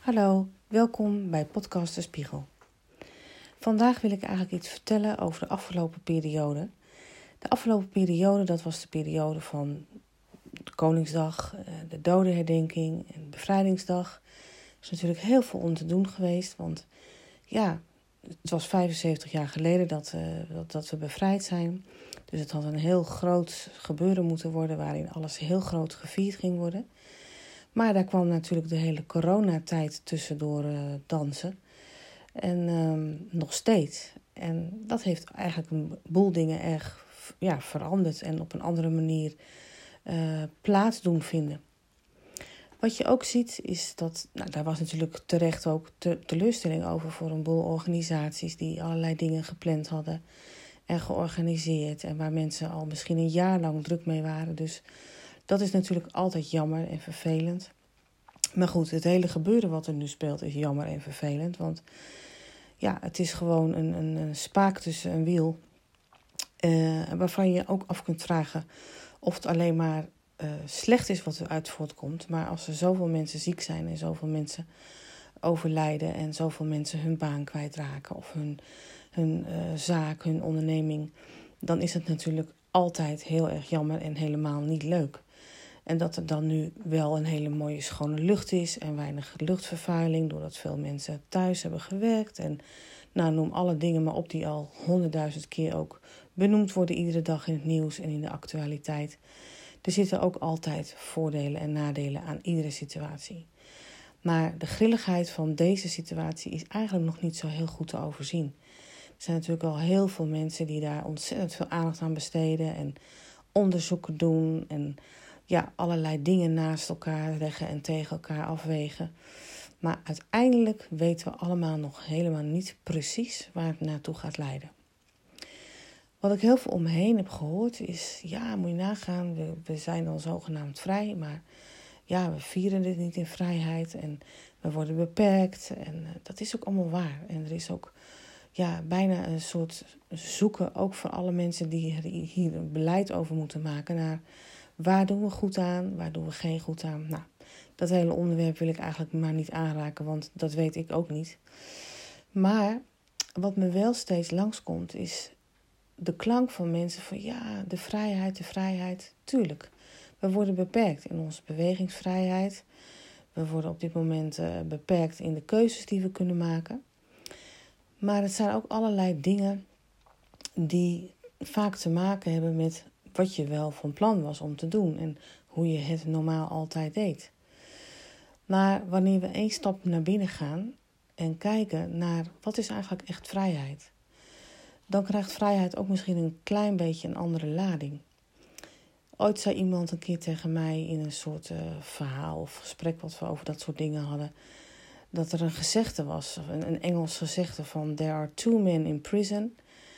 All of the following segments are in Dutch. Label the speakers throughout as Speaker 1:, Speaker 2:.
Speaker 1: Hallo, welkom bij Podcast De Spiegel. Vandaag wil ik eigenlijk iets vertellen over de afgelopen periode. De afgelopen periode, dat was de periode van de Koningsdag, de dodenherdenking en Bevrijdingsdag. Er is natuurlijk heel veel om te doen geweest, want ja, het was 75 jaar geleden dat we bevrijd zijn. Dus het had een heel groot gebeuren moeten worden waarin alles heel groot gevierd ging worden. Maar daar kwam natuurlijk de hele coronatijd tussendoor dansen. En nog steeds. En dat heeft eigenlijk een boel dingen erg veranderd en op een andere manier plaats doen vinden. Wat je ook ziet is dat, daar was natuurlijk terecht ook teleurstelling over voor een boel organisaties die allerlei dingen gepland hadden en georganiseerd. En waar mensen al misschien een jaar lang druk mee waren. Dus dat is natuurlijk altijd jammer en vervelend. Maar goed, het hele gebeuren wat er nu speelt is jammer en vervelend. Want ja, het is gewoon een spaak tussen een wiel. Waarvan je ook af kunt vragen of het alleen maar slecht is wat eruit voortkomt. Maar als er zoveel mensen ziek zijn en zoveel mensen overlijden en zoveel mensen hun baan kwijtraken of hun zaak, hun onderneming, dan is het natuurlijk altijd heel erg jammer en helemaal niet leuk. En dat er dan nu wel een hele mooie schone lucht is en weinig luchtvervuiling, doordat veel mensen thuis hebben gewerkt. En noem alle dingen maar op die al 100.000 keer ook benoemd worden iedere dag in het nieuws en in de actualiteit. Er zitten ook altijd voordelen en nadelen aan iedere situatie. Maar de grilligheid van deze situatie is eigenlijk nog niet zo heel goed te overzien. Er zijn natuurlijk al heel veel mensen die daar ontzettend veel aandacht aan besteden en onderzoeken doen en allerlei dingen naast elkaar leggen en tegen elkaar afwegen. Maar uiteindelijk weten we allemaal nog helemaal niet precies waar het naartoe gaat leiden. Wat ik heel veel om me heen heb gehoord is, moet je nagaan, we zijn dan zogenaamd vrij, maar we vieren dit niet in vrijheid en we worden beperkt. En dat is ook allemaal waar. En er is ook bijna een soort zoeken, ook voor alle mensen die hier een beleid over moeten maken, naar waar doen we goed aan, waar doen we geen goed aan. Dat hele onderwerp wil ik eigenlijk maar niet aanraken, want dat weet ik ook niet. Maar wat me wel steeds langskomt is de klank van mensen van de vrijheid. Tuurlijk, we worden beperkt in onze bewegingsvrijheid. We worden op dit moment beperkt in de keuzes die we kunnen maken. Maar het zijn ook allerlei dingen die vaak te maken hebben met wat je wel van plan was om te doen en hoe je het normaal altijd deed. Maar wanneer we 1 stap naar binnen gaan en kijken naar wat is eigenlijk echt vrijheid, dan krijgt vrijheid ook misschien een klein beetje een andere lading. Ooit zei iemand een keer tegen mij in een soort verhaal of gesprek wat we over dat soort dingen hadden, dat er een gezegde was, een Engels gezegde van there are 2 men in prison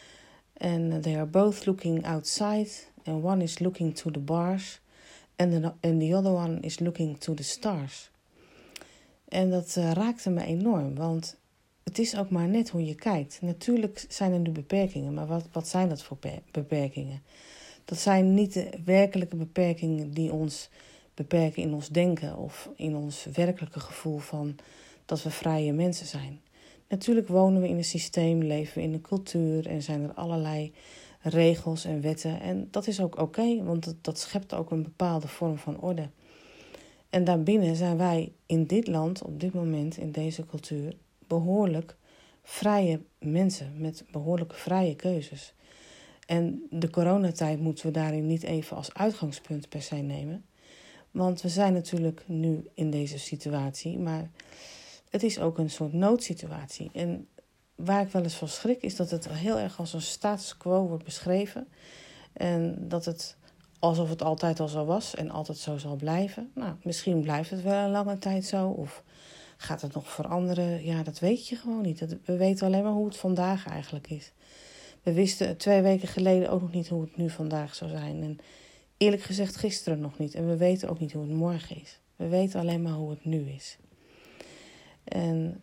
Speaker 1: and they are both looking outside and one is looking to the bars and the other one is looking to the stars. En dat raakte me enorm, want het is ook maar net hoe je kijkt. Natuurlijk zijn er nu beperkingen, maar wat zijn dat voor beperkingen? Dat zijn niet de werkelijke beperkingen die ons beperken in ons denken of in ons werkelijke gevoel van dat we vrije mensen zijn. Natuurlijk wonen we in een systeem, leven we in een cultuur en zijn er allerlei regels en wetten. En dat is ook oké, want dat schept ook een bepaalde vorm van orde. En daarbinnen zijn wij in dit land, op dit moment, in deze cultuur, behoorlijk vrije mensen met behoorlijk vrije keuzes. En de coronatijd moeten we daarin niet even als uitgangspunt per se nemen. Want we zijn natuurlijk nu in deze situatie, maar het is ook een soort noodsituatie. En waar ik wel eens van schrik is dat het heel erg als een status quo wordt beschreven. En dat het alsof het altijd al zo was en altijd zo zal blijven. Misschien blijft het wel een lange tijd zo of gaat het nog veranderen? Ja, dat weet je gewoon niet. We weten alleen maar hoe het vandaag eigenlijk is. We wisten 2 weken geleden ook nog niet hoe het nu vandaag zou zijn. En eerlijk gezegd gisteren nog niet. En we weten ook niet hoe het morgen is. We weten alleen maar hoe het nu is. En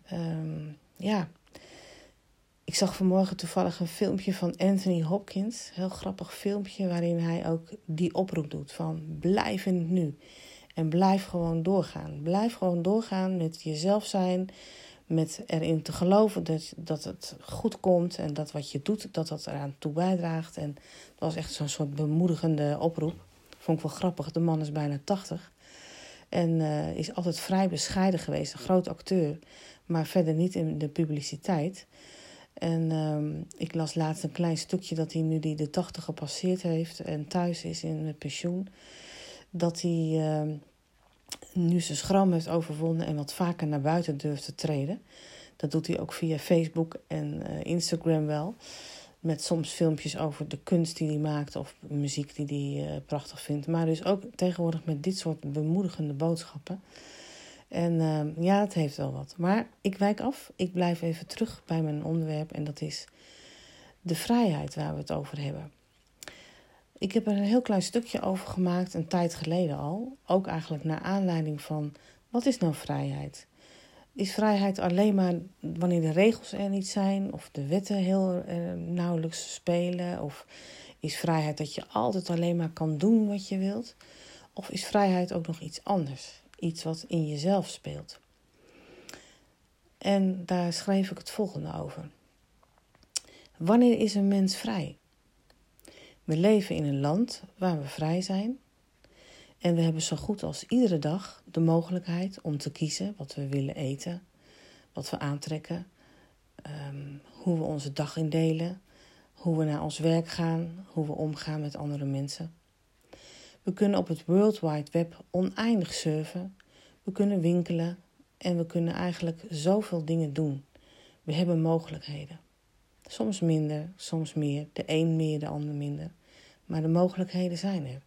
Speaker 1: ik zag vanmorgen toevallig een filmpje van Anthony Hopkins. Heel grappig filmpje waarin hij ook die oproep doet van blijf in het nu. En blijf gewoon doorgaan. Blijf gewoon doorgaan met jezelf zijn. Met erin te geloven dat het goed komt. En dat wat je doet, dat eraan toe bijdraagt. En het was echt zo'n soort bemoedigende oproep. Vond ik wel grappig. De man is bijna 80. En is altijd vrij bescheiden geweest. Een groot acteur. Maar verder niet in de publiciteit. En ik las laatst een klein stukje dat hij nu die de 80 gepasseerd heeft. En thuis is in het pensioen. Dat hij nu zijn schroom heeft overwonnen en wat vaker naar buiten durft te treden. Dat doet hij ook via Facebook en Instagram wel. Met soms filmpjes over de kunst die hij maakt of muziek die hij prachtig vindt. Maar dus ook tegenwoordig met dit soort bemoedigende boodschappen. En ja, het heeft wel wat. Maar ik wijk af. Ik blijf even terug bij mijn onderwerp. En dat is de vrijheid waar we het over hebben. Ik heb er een heel klein stukje over gemaakt, een tijd geleden al. Ook eigenlijk naar aanleiding van, wat is nou vrijheid? Is vrijheid alleen maar wanneer de regels er niet zijn? Of de wetten heel nauwelijks spelen? Of is vrijheid dat je altijd alleen maar kan doen wat je wilt? Of is vrijheid ook nog iets anders? Iets wat in jezelf speelt. En daar schreef ik het volgende over. Wanneer is een mens vrij? We leven in een land waar we vrij zijn. En we hebben zo goed als iedere dag de mogelijkheid om te kiezen wat we willen eten, wat we aantrekken, hoe we onze dag indelen, hoe we naar ons werk gaan, hoe we omgaan met andere mensen. We kunnen op het World Wide Web oneindig surfen, we kunnen winkelen en we kunnen eigenlijk zoveel dingen doen. We hebben mogelijkheden. Soms minder, soms meer, de een meer, de ander minder. Maar de mogelijkheden zijn er.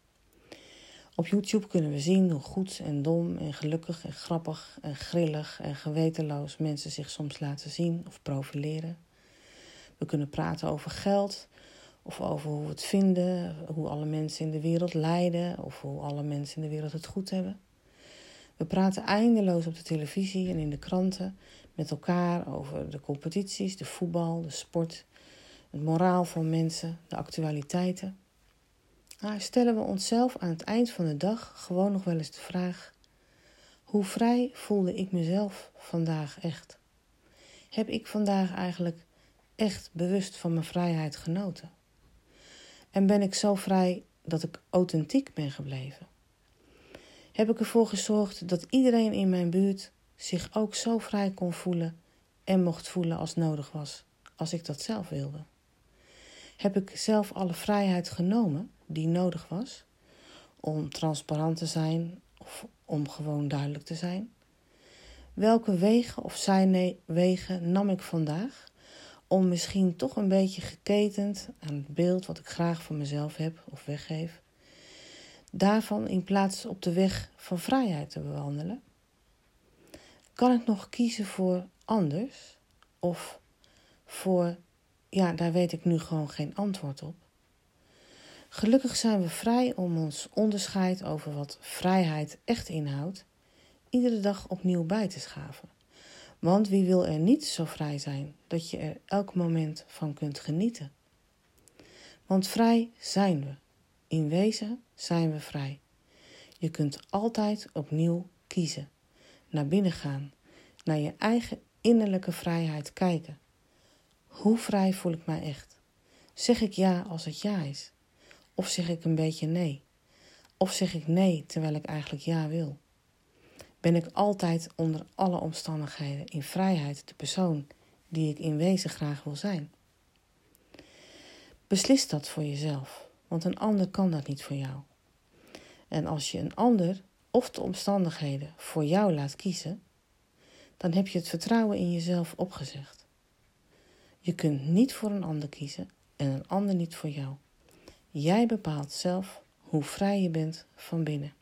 Speaker 1: Op YouTube kunnen we zien hoe goed en dom en gelukkig en grappig en grillig en gewetenloos mensen zich soms laten zien of profileren. We kunnen praten over geld of over hoe we het vinden, hoe alle mensen in de wereld lijden of hoe alle mensen in de wereld het goed hebben. We praten eindeloos op de televisie en in de kranten met elkaar over de competities, de voetbal, de sport, het moraal van mensen, de actualiteiten. Maar stellen we onszelf aan het eind van de dag gewoon nog wel eens de vraag: hoe vrij voelde ik mezelf vandaag echt? Heb ik vandaag eigenlijk echt bewust van mijn vrijheid genoten? En ben ik zo vrij dat ik authentiek ben gebleven? Heb ik ervoor gezorgd dat iedereen in mijn buurt zich ook zo vrij kon voelen en mocht voelen als nodig was, als ik dat zelf wilde? Heb ik zelf alle vrijheid genomen die nodig was om transparant te zijn of om gewoon duidelijk te zijn? Welke wegen of zijwegen nam ik vandaag om misschien toch een beetje geketend aan het beeld wat ik graag van mezelf heb of weggeef, daarvan in plaats op de weg van vrijheid te bewandelen? Kan ik nog kiezen voor anders of voor, ja, daar weet ik nu gewoon geen antwoord op. Gelukkig zijn we vrij om ons onderscheid over wat vrijheid echt inhoudt, iedere dag opnieuw bij te schaven. Want wie wil er niet zo vrij zijn dat je er elk moment van kunt genieten? Want vrij zijn we. In wezen zijn we vrij. Je kunt altijd opnieuw kiezen. Naar binnen gaan. Naar je eigen innerlijke vrijheid kijken. Hoe vrij voel ik mij echt? Zeg ik ja als het ja is? Of zeg ik een beetje nee? Of zeg ik nee terwijl ik eigenlijk ja wil? Ben ik altijd onder alle omstandigheden in vrijheid de persoon die ik in wezen graag wil zijn? Beslis dat voor jezelf, want een ander kan dat niet voor jou. En als je een ander of de omstandigheden voor jou laat kiezen, dan heb je het vertrouwen in jezelf opgezegd. Je kunt niet voor een ander kiezen en een ander niet voor jou. Jij bepaalt zelf hoe vrij je bent van binnen.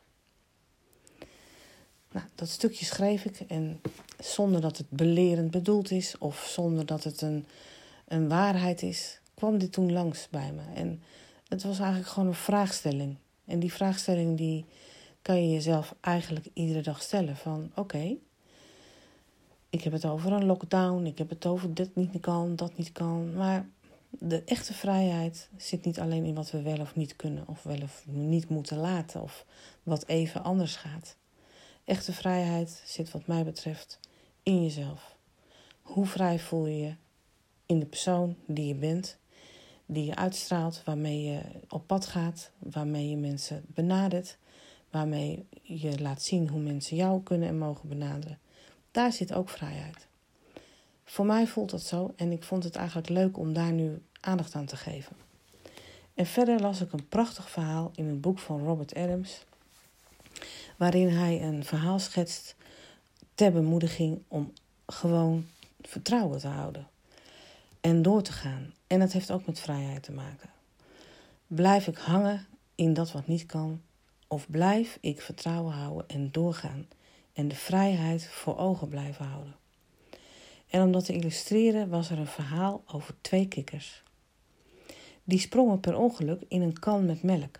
Speaker 1: Nou, dat stukje schreef ik en zonder dat het belerend bedoeld is of zonder dat het een waarheid is, kwam dit toen langs bij me. En het was eigenlijk gewoon een vraagstelling. En die vraagstelling die kan je jezelf eigenlijk iedere dag stellen van oké, ik heb het over een lockdown, ik heb het over dit niet kan, dat niet kan. Maar De echte vrijheid zit niet alleen in wat we wel of niet kunnen, of wel of niet moeten laten, of wat even anders gaat. Echte vrijheid zit wat mij betreft in jezelf. Hoe vrij voel je je in de persoon die je bent, die je uitstraalt, waarmee je op pad gaat, waarmee je mensen benadert, waarmee je laat zien hoe mensen jou kunnen en mogen benaderen. Daar zit ook vrijheid. Voor mij voelt dat zo en ik vond het eigenlijk leuk om daar nu aandacht aan te geven. En verder las ik een prachtig verhaal in een boek van Robert Adams, waarin hij een verhaal schetst ter bemoediging om gewoon vertrouwen te houden en door te gaan. En dat heeft ook met vrijheid te maken. Blijf ik hangen in dat wat niet kan, of blijf ik vertrouwen houden en doorgaan en de vrijheid voor ogen blijven houden? En om dat te illustreren was er een verhaal over 2 kikkers. Die sprongen per ongeluk in een kan met melk.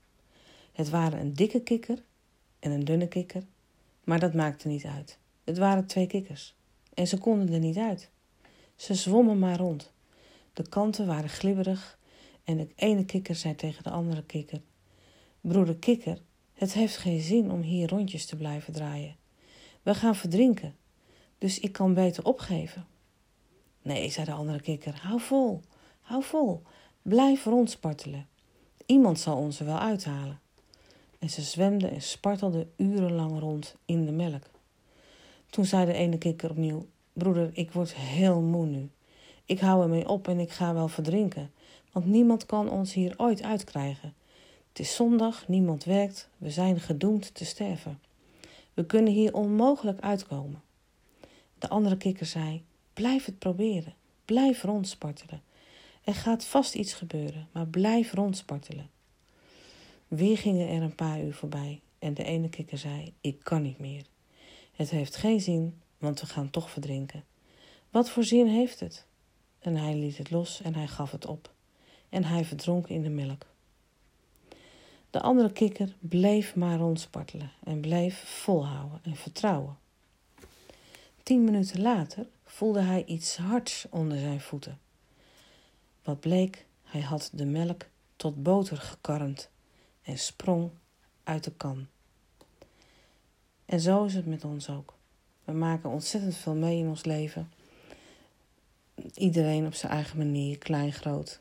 Speaker 1: Het waren een dikke kikker en een dunne kikker, maar dat maakte niet uit. Het waren 2 kikkers en ze konden er niet uit. Ze zwommen maar rond. De kanten waren glibberig en de ene kikker zei tegen de andere kikker: broeder kikker, het heeft geen zin om hier rondjes te blijven draaien. We gaan verdrinken, dus ik kan beter opgeven. Nee, zei de andere kikker, hou vol, blijf rondspartelen. Iemand zal ons er wel uithalen. En ze zwemden en spartelden urenlang rond in de melk. Toen zei de ene kikker opnieuw: broeder, ik word heel moe nu. Ik hou ermee op en ik ga wel verdrinken, want niemand kan ons hier ooit uitkrijgen. Het is zondag, niemand werkt, we zijn gedoemd te sterven. We kunnen hier onmogelijk uitkomen. De andere kikker zei: blijf het proberen, blijf rondspartelen. Er gaat vast iets gebeuren, maar blijf rondspartelen. Weer gingen er een paar uur voorbij en de ene kikker zei: ik kan niet meer. Het heeft geen zin, want we gaan toch verdrinken. Wat voor zin heeft het? En hij liet het los en hij gaf het op. En hij verdronk in de melk. De andere kikker bleef maar rondspartelen en bleef volhouden en vertrouwen. 10 minuten later voelde hij iets hards onder zijn voeten. Wat bleek, hij had de melk tot boter gekarrend en sprong uit de kan. En zo is het met ons ook. We maken ontzettend veel mee in ons leven. Iedereen op zijn eigen manier, klein, groot.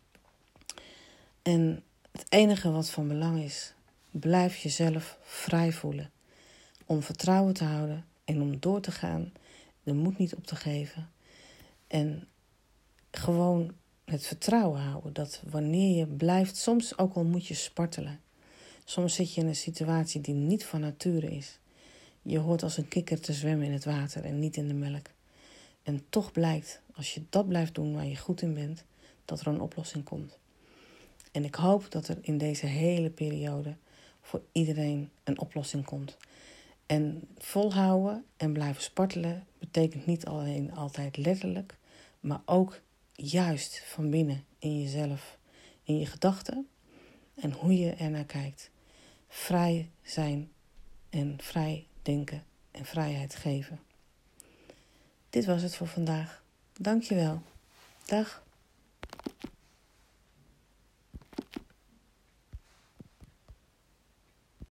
Speaker 1: En het enige wat van belang is, blijf jezelf vrij voelen. Om vertrouwen te houden en om door te gaan, de moed niet op te geven. En gewoon het vertrouwen houden dat wanneer je blijft, soms ook al moet je spartelen. Soms zit je in een situatie die niet van nature is. Je hoort als een kikker te zwemmen in het water en niet in de melk. En toch blijkt, als je dat blijft doen waar je goed in bent, dat er een oplossing komt. En ik hoop dat er in deze hele periode voor iedereen een oplossing komt. En volhouden en blijven spartelen betekent niet alleen altijd letterlijk, maar ook juist van binnen in jezelf, in je gedachten en hoe je ernaar kijkt. Vrij zijn en vrij denken en vrijheid geven. Dit was het voor vandaag. Dank je wel. Dag.